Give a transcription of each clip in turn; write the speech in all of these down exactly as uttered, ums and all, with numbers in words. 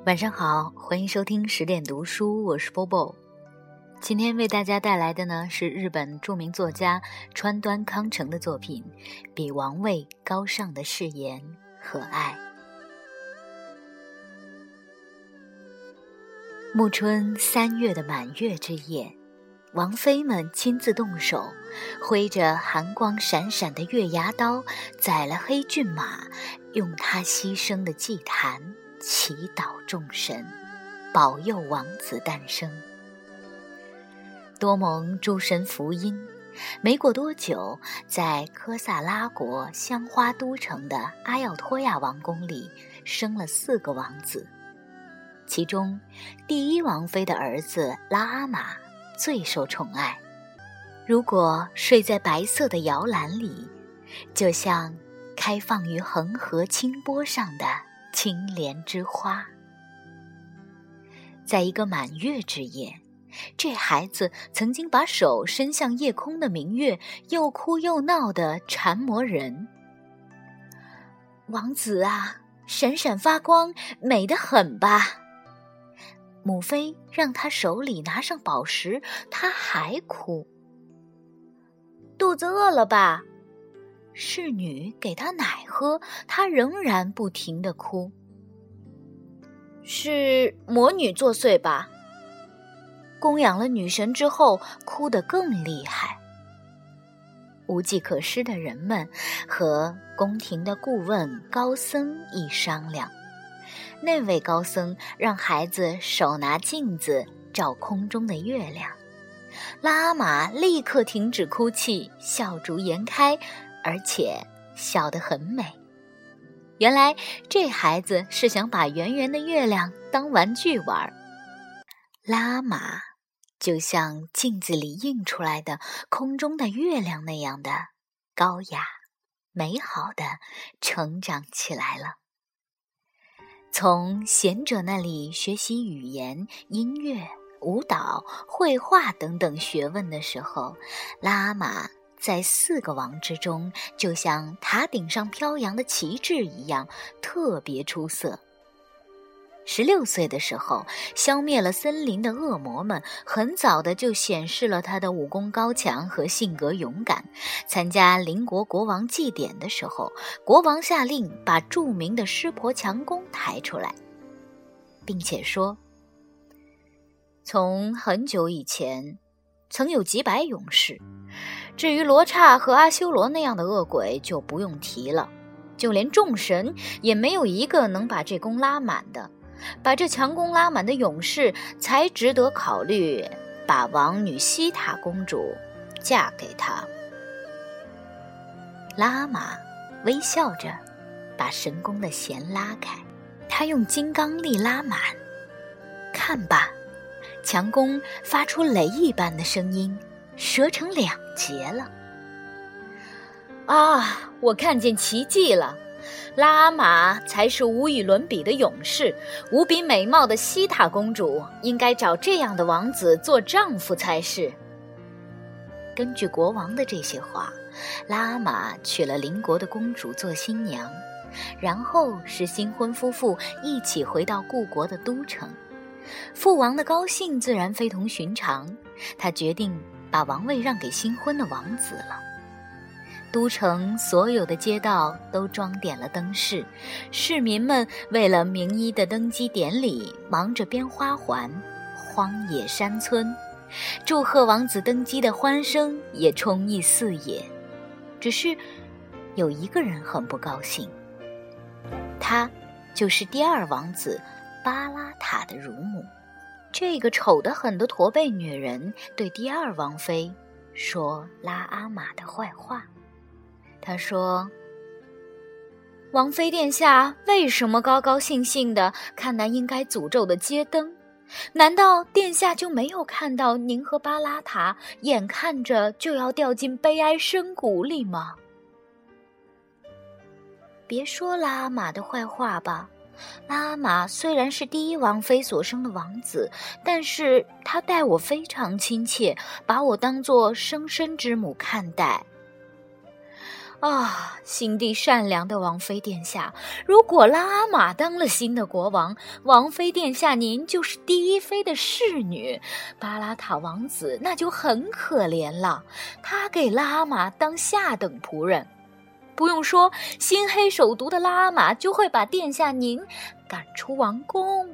晚上好，欢迎收听十点读书，我是 Bobo。今天为大家带来的呢是日本著名作家川端康成的作品《比王位高尚的誓言和爱》。暮春三月的满月之夜，王妃们亲自动手，挥着寒光闪闪的月牙刀，宰了黑骏马，用它牺牲的祭坛祈祷众神，保佑王子诞生。多蒙诸神福音，没过多久，在科萨拉国香花都城的阿要托亚王宫里生了四个王子，其中第一王妃的儿子拉阿玛最受宠爱，如果睡在白色的摇篮里，就像开放于恒河清波上的青莲之花。在一个满月之夜，这孩子曾经把手伸向夜空的明月，又哭又闹地缠磨人。王子啊，闪闪发光，美得很吧？母妃让他手里拿上宝石，他还哭。肚子饿了吧？侍女给他奶喝，他仍然不停地哭。是魔女作祟吧？供养了女神之后，哭得更厉害。无计可施的人们和宫廷的顾问高僧一商量，那位高僧让孩子手拿镜子照空中的月亮。拉阿玛立刻停止哭泣，笑逐颜开，而且笑得很美。原来这孩子是想把圆圆的月亮当玩具玩。拉阿玛就像镜子里映出来的空中的月亮那样的高雅美好的成长起来了。从贤者那里学习语言、音乐、舞蹈、绘画等等学问的时候，拉阿玛在四个王之中，就像塔顶上飘扬的旗帜一样，特别出色。十六岁的时候，消灭了森林的恶魔们，很早的就显示了他的武功高强和性格勇敢。参加邻国国王祭典的时候，国王下令把著名的湿婆强弓抬出来，并且说，从很久以前，曾有几百勇士，至于罗刹和阿修罗那样的恶鬼就不用提了，就连众神也没有一个能把这弓拉满的。把这强弓拉满的勇士，才值得考虑把王女西塔公主嫁给他。拉阿玛微笑着把神弓的弦拉开，他用金刚力拉满。看吧，强弓发出雷一般的声音，折成两截了。啊，我看见奇迹了！拉阿玛才是无与伦比的勇士，无比美貌的西塔公主应该找这样的王子做丈夫才是。根据国王的这些话，拉阿玛娶了邻国的公主做新娘，然后是新婚夫妇一起回到故国的都城。父王的高兴自然非同寻常，他决定把王位让给新婚的王子了。都城所有的街道都装点了灯饰，市民们为了名医的登基典礼忙着编花环。荒野山村，祝贺王子登基的欢声也充溢四野。只是有一个人很不高兴，他就是第二王子巴拉塔的乳母。这个丑得很的驼背女人对第二王妃说拉阿玛的坏话。他说，王妃殿下为什么高高兴兴地看那应该诅咒的街灯？难道殿下就没有看到您和巴拉塔眼看着就要掉进悲哀深谷里吗？别说拉阿玛的坏话吧，拉阿玛虽然是第一王妃所生的王子，但是他待我非常亲切，把我当作生身之母看待。 啊，心地善良的王妃殿下，如果拉阿玛当了新的国王，王妃殿下您就是第一妃的侍女，巴拉塔王子那就很可怜了，他给拉阿玛当下等仆人。不用说，心黑手毒的拉阿玛就会把殿下您赶出王宫。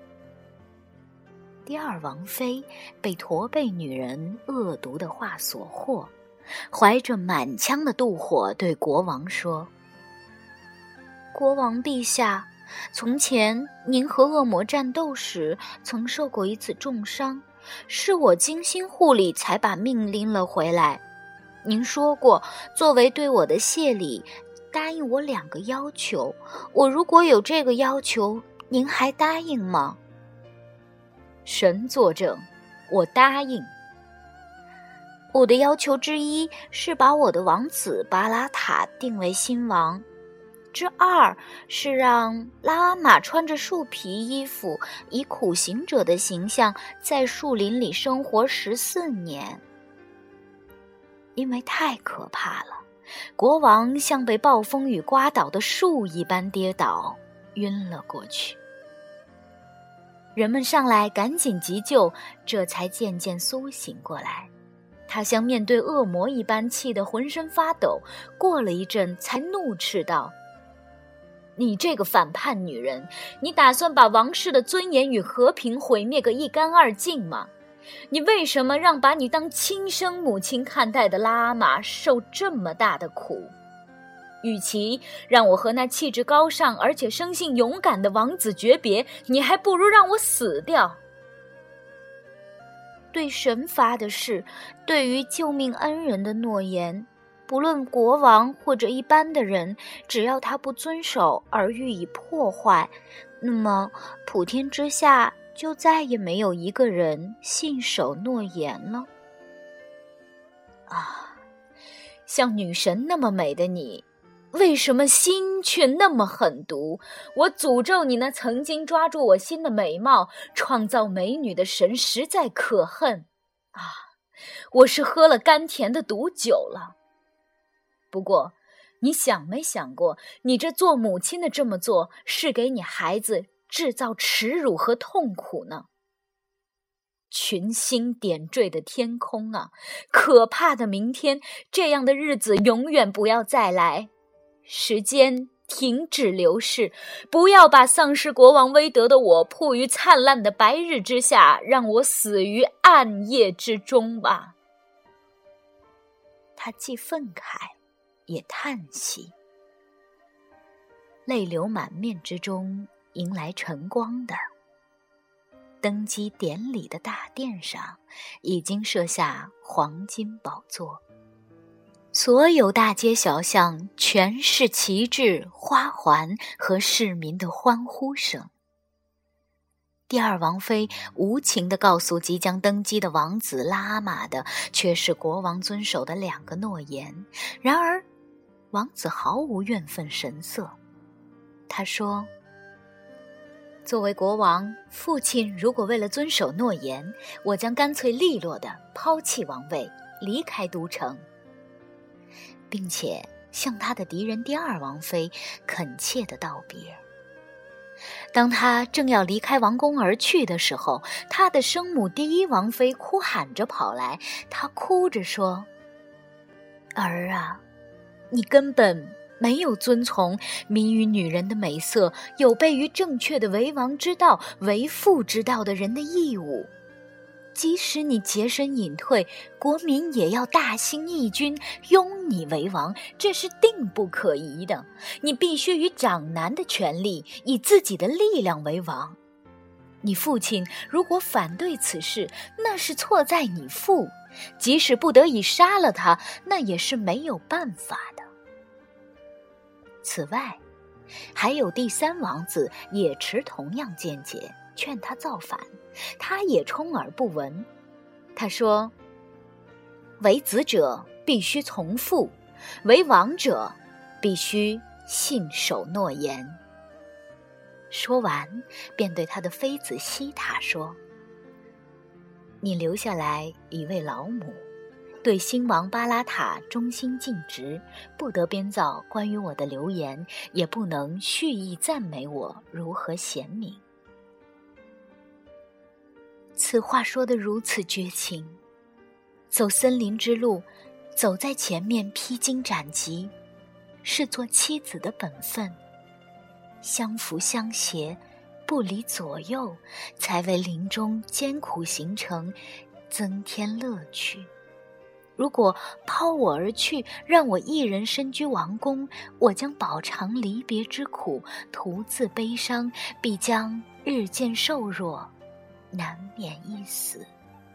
第二王妃被驼背女人恶毒的话所惑，怀着满腔的妒火对国王说：国王陛下，从前您和恶魔战斗时曾受过一次重伤，是我精心护理才把命拎了回来。您说过，作为对我的谢礼，答应我两个要求，我如果有这个要求，您还答应吗？神作证，我答应。我的要求之一是把我的王子巴拉塔定为新王，之二是让拉阿玛穿着树皮衣服，以苦行者的形象在树林里生活十四年。因为太可怕了，国王像被暴风雨刮倒的树一般跌倒，晕了过去。人们上来赶紧急救，这才渐渐苏醒过来。他像面对恶魔一般气得浑身发抖，过了一阵才怒斥道：你这个反叛女人，你打算把王室的尊严与和平毁灭个一干二净吗？你为什么让把你当亲生母亲看待的拉阿玛受这么大的苦？与其让我和那气质高尚而且生性勇敢的王子诀别，你还不如让我死掉。对神发的誓，对于救命恩人的诺言，不论国王或者一般的人，只要他不遵守而予以破坏，那么普天之下就再也没有一个人信守诺言了。啊，像女神那么美的你，为什么心却那么狠毒？我诅咒你那曾经抓住我心的美貌，创造美女的神实在可恨啊！我是喝了甘甜的毒酒了。不过你想没想过，你这做母亲的这么做，是给你孩子制造耻辱和痛苦呢？群星点缀的天空啊，可怕的明天，这样的日子永远不要再来。时间停止流逝，不要把丧失国王威德的我曝于灿烂的白日之下，让我死于暗夜之中吧。他既愤慨也叹息，泪流满面之中迎来晨光的登基典礼的大殿上，已经设下黄金宝座，所有大街小巷全是旗帜、花环和市民的欢呼声。第二王妃无情地告诉即将登基的王子拉阿玛的，却是国王遵守的两个诺言。然而，王子毫无怨愤神色。他说：作为国王，父亲如果为了遵守诺言，我将干脆利落地抛弃王位，离开都城，并且向他的敌人第二王妃恳切地道别。当他正要离开王宫而去的时候，他的生母第一王妃哭喊着跑来，她哭着说：儿啊，你根本没有遵从民于女人的美色，有悖于正确的为王之道、为父之道的人的义务。即使你洁身隐退，国民也要大兴义军，拥你为王，这是定不可疑的。你必须以长男的权利，以自己的力量为王。你父亲如果反对此事，那是错在你父，即使不得已杀了他，那也是没有办法的。此外，还有第三王子也持同样见解，劝他造反，他也充耳不闻。他说：为子者必须从父，为王者必须信守诺言。说完，便对他的妃子西塔说：你留下来一位老母， 对新王巴拉塔忠心尽职，不得编造关于我的流言，也不能蓄意赞美我如何贤明。此话说得如此绝情，走森林之路，走在前面披荆斩棘，是做妻子的本分，相扶相携，不离左右，才为林中艰苦行程增添乐趣。如果抛我而去，让我一人身居王宫，我将饱尝离别之苦，徒自悲伤，必将日渐瘦弱，难免一死。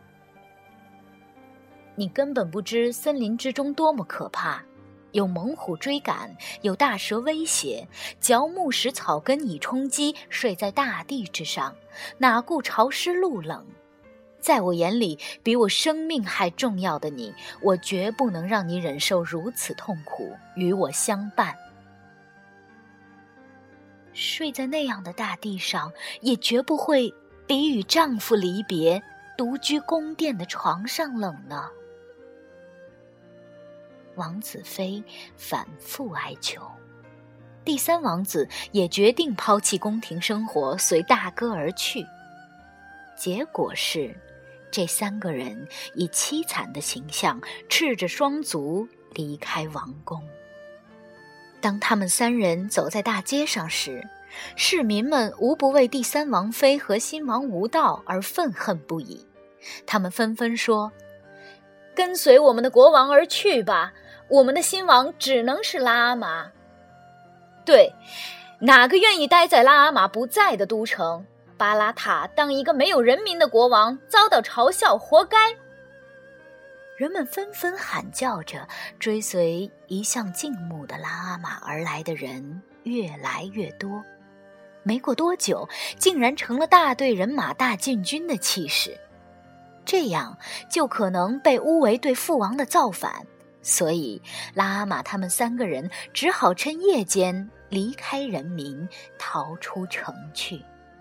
你根本不知森林之中多么可怕，有猛虎追赶，有大蛇威胁，嚼木使草根以充饥，睡在大地之上，哪顾潮湿路冷。在我眼里，比我生命还重要的你，我绝不能让你忍受如此痛苦，与我相伴。睡在那样的大地上，也绝不会比与丈夫离别，独居宫殿的床上冷呢。王子妃反复哀求，第三王子也决定抛弃宫廷生活，随大哥而去。结果是，这三个人以凄惨的形象，赤着双足离开王宫。当他们三人走在大街上时，市民们无不为第三王妃和新王无道而愤恨不已。他们纷纷说：跟随我们的国王而去吧，我们的新王只能是拉阿玛。对，哪个愿意待在拉阿玛不在的都城？巴拉塔当一个没有人民的国王，遭到嘲笑，活该。人们纷纷喊叫着，追随一向敬慕的拉阿玛而来的人越来越多，没过多久，竟然成了大队人马大进军的气势。这样就可能被误为对父王的造反，所以拉阿玛他们三个人只好趁夜间离开人民，逃出城去。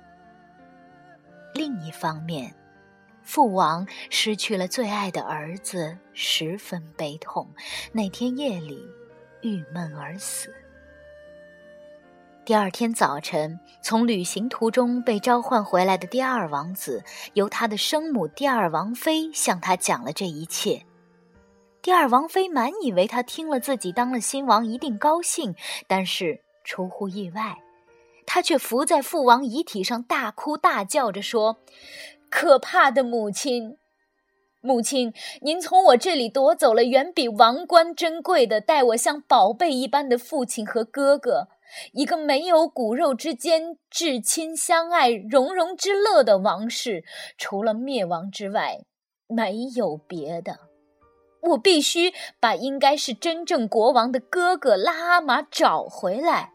另一方面，父王失去了最爱的儿子，十分悲痛，那天夜里郁闷而死。第二天早晨，从旅行途中被召唤回来的第二王子，由他的生母第二王妃向他讲了这一切。第二王妃满以为他听了自己当了新王一定高兴，但是出乎意外，他却伏在父王遗体上大哭大叫着说：可怕的母亲，母亲，您从我这里夺走了远比王冠珍贵的，待我像宝贝一般的父亲和哥哥，一个没有骨肉之间至亲相爱融融之乐的王室，除了灭亡之外没有别的。我必须把应该是真正国王的哥哥拉阿玛找回来。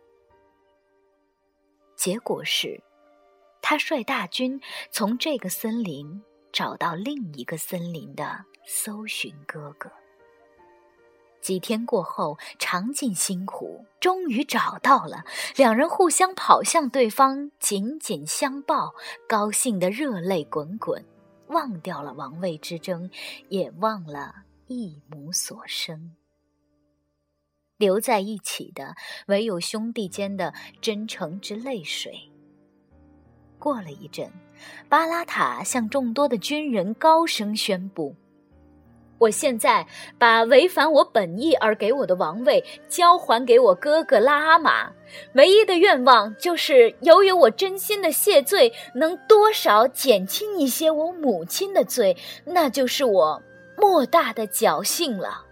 结果是，他率大军从这个森林找到另一个森林的搜寻哥哥。几天过后，尝尽辛苦，终于找到了，两人互相跑向对方，紧紧相抱，高兴得热泪滚滚，忘掉了王位之争，也忘了一母所生。留在一起的唯有兄弟间的真诚之泪水。过了一阵，巴拉塔向众多的军人高声宣布：我现在把违反我本意而给我的王位交还给我哥哥拉阿玛，唯一的愿望就是由于我真心的谢罪，能多少减轻一些我母亲的罪，那就是我莫大的侥幸了。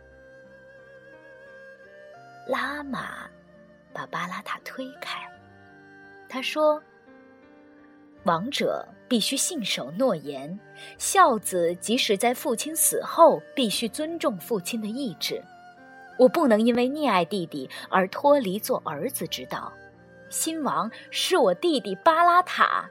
拉阿玛把巴拉塔推开，他说：王者必须信守诺言，孝子即使在父亲死后必须尊重父亲的意志。我不能因为溺爱弟弟而脱离做儿子之道。新王是我弟弟巴拉塔。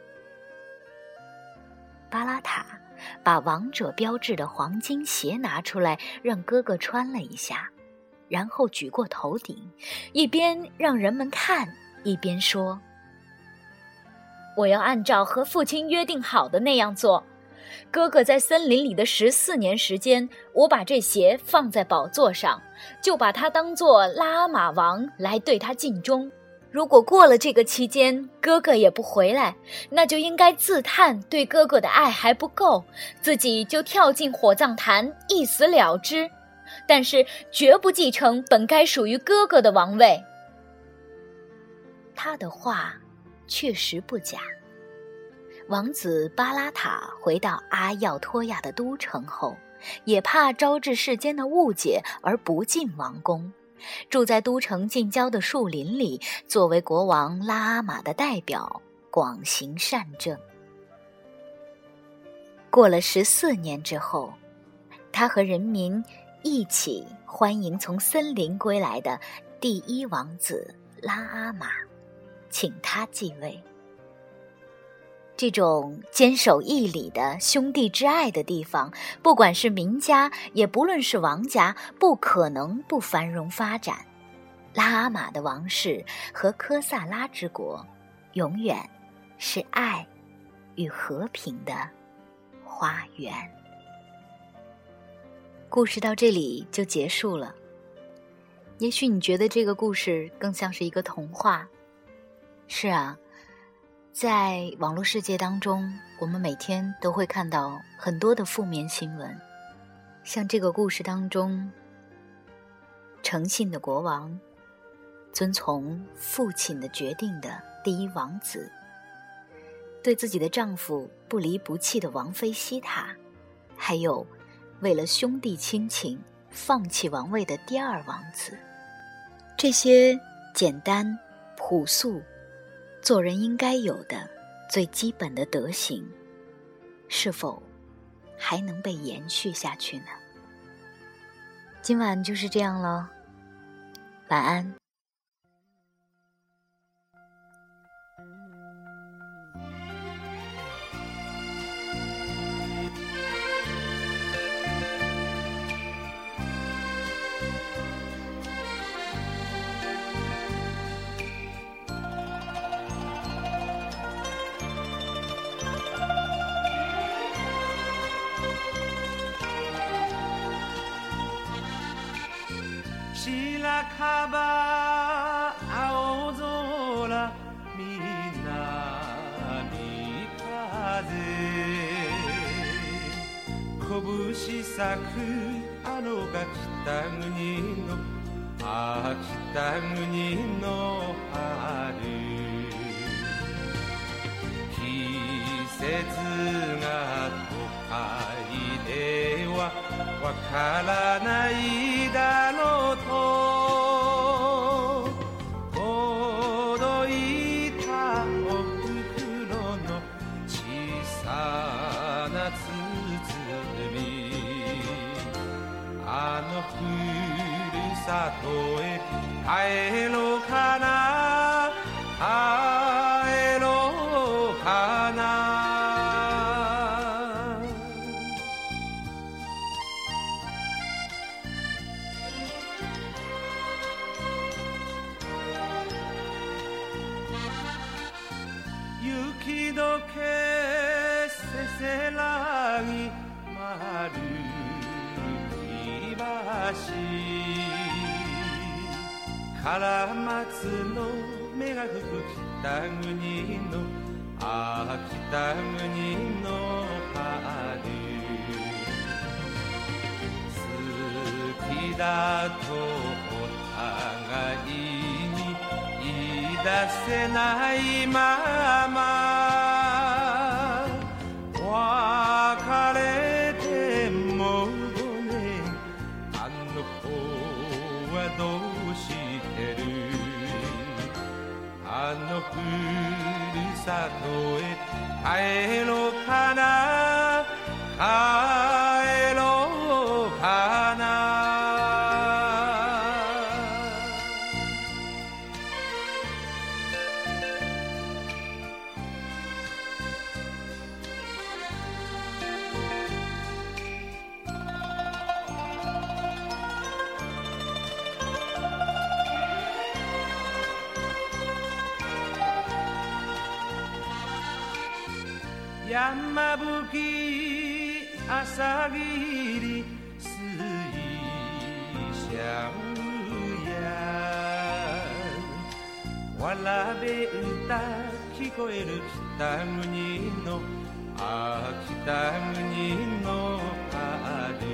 巴拉塔把王者标志的黄金鞋拿出来，让哥哥穿了一下，然后举过头顶，一边让人们看，一边说：我要按照和父亲约定好的那样做， 哥哥在森林里的十四年时间，我把这鞋放在宝座上，就把它当作拉阿玛王来对他尽忠。如果过了这个期间，哥哥也不回来，那就应该自叹对哥哥的爱还不够，自己就跳进火葬坛，一死了之。但是绝不继承本该属于哥哥的王位。他的话确实不假。王子巴拉塔回到阿要托亚的都城后，也怕招致世间的误解而不进王宫，住在都城近郊的树林里，作为国王拉阿玛的代表，广行善政。过了十四年之后，他和人民一起欢迎从森林归来的第一王子拉阿玛，请他继位。这种坚守义理的兄弟之爱的地方，不管是民家，也不论是王家，不可能不繁荣发展。拉阿玛的王室和科萨拉之国，永远是爱与和平的花园。故事到这里就结束了。也许你觉得这个故事更像是一个童话。是啊，在网络世界当中，我们每天都会看到很多的负面新闻。像这个故事当中，诚信的国王，遵从父亲的决定的第一王子，对自己的丈夫不离不弃的王妃西塔，还有为了兄弟亲情放弃王位的第二王子。这些简单朴素做人应该有的最基本的德行，是否还能被延续下去呢？今晚就是这样了，晚安。 白樺青空南風拳咲くあのが北国のああ北国の春季節が都会ではわからないだろうと届いたお袋の小さな包みあのふるさとへ帰ろうかな帰ろうかな雪解けせせらぎ丸い橋唐松の目が吹く北国のああ北国の春好きだとお互いに言い出せないまま別れてもごねんあの子はどうしてるあのふるさとへ帰ろうかな帰ろうかな山吹き朝霧水相やわらべ歌聞こえる北国のあ北国の春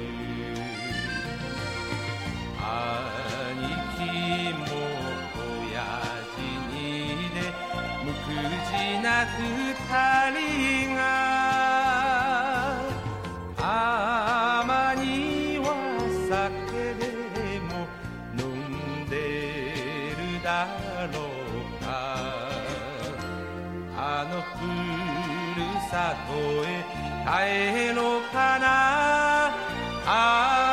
兄貴も親父にで無口な二人が天には酒でも飲んでるだろうかあのふるさとへ帰ろうかなあ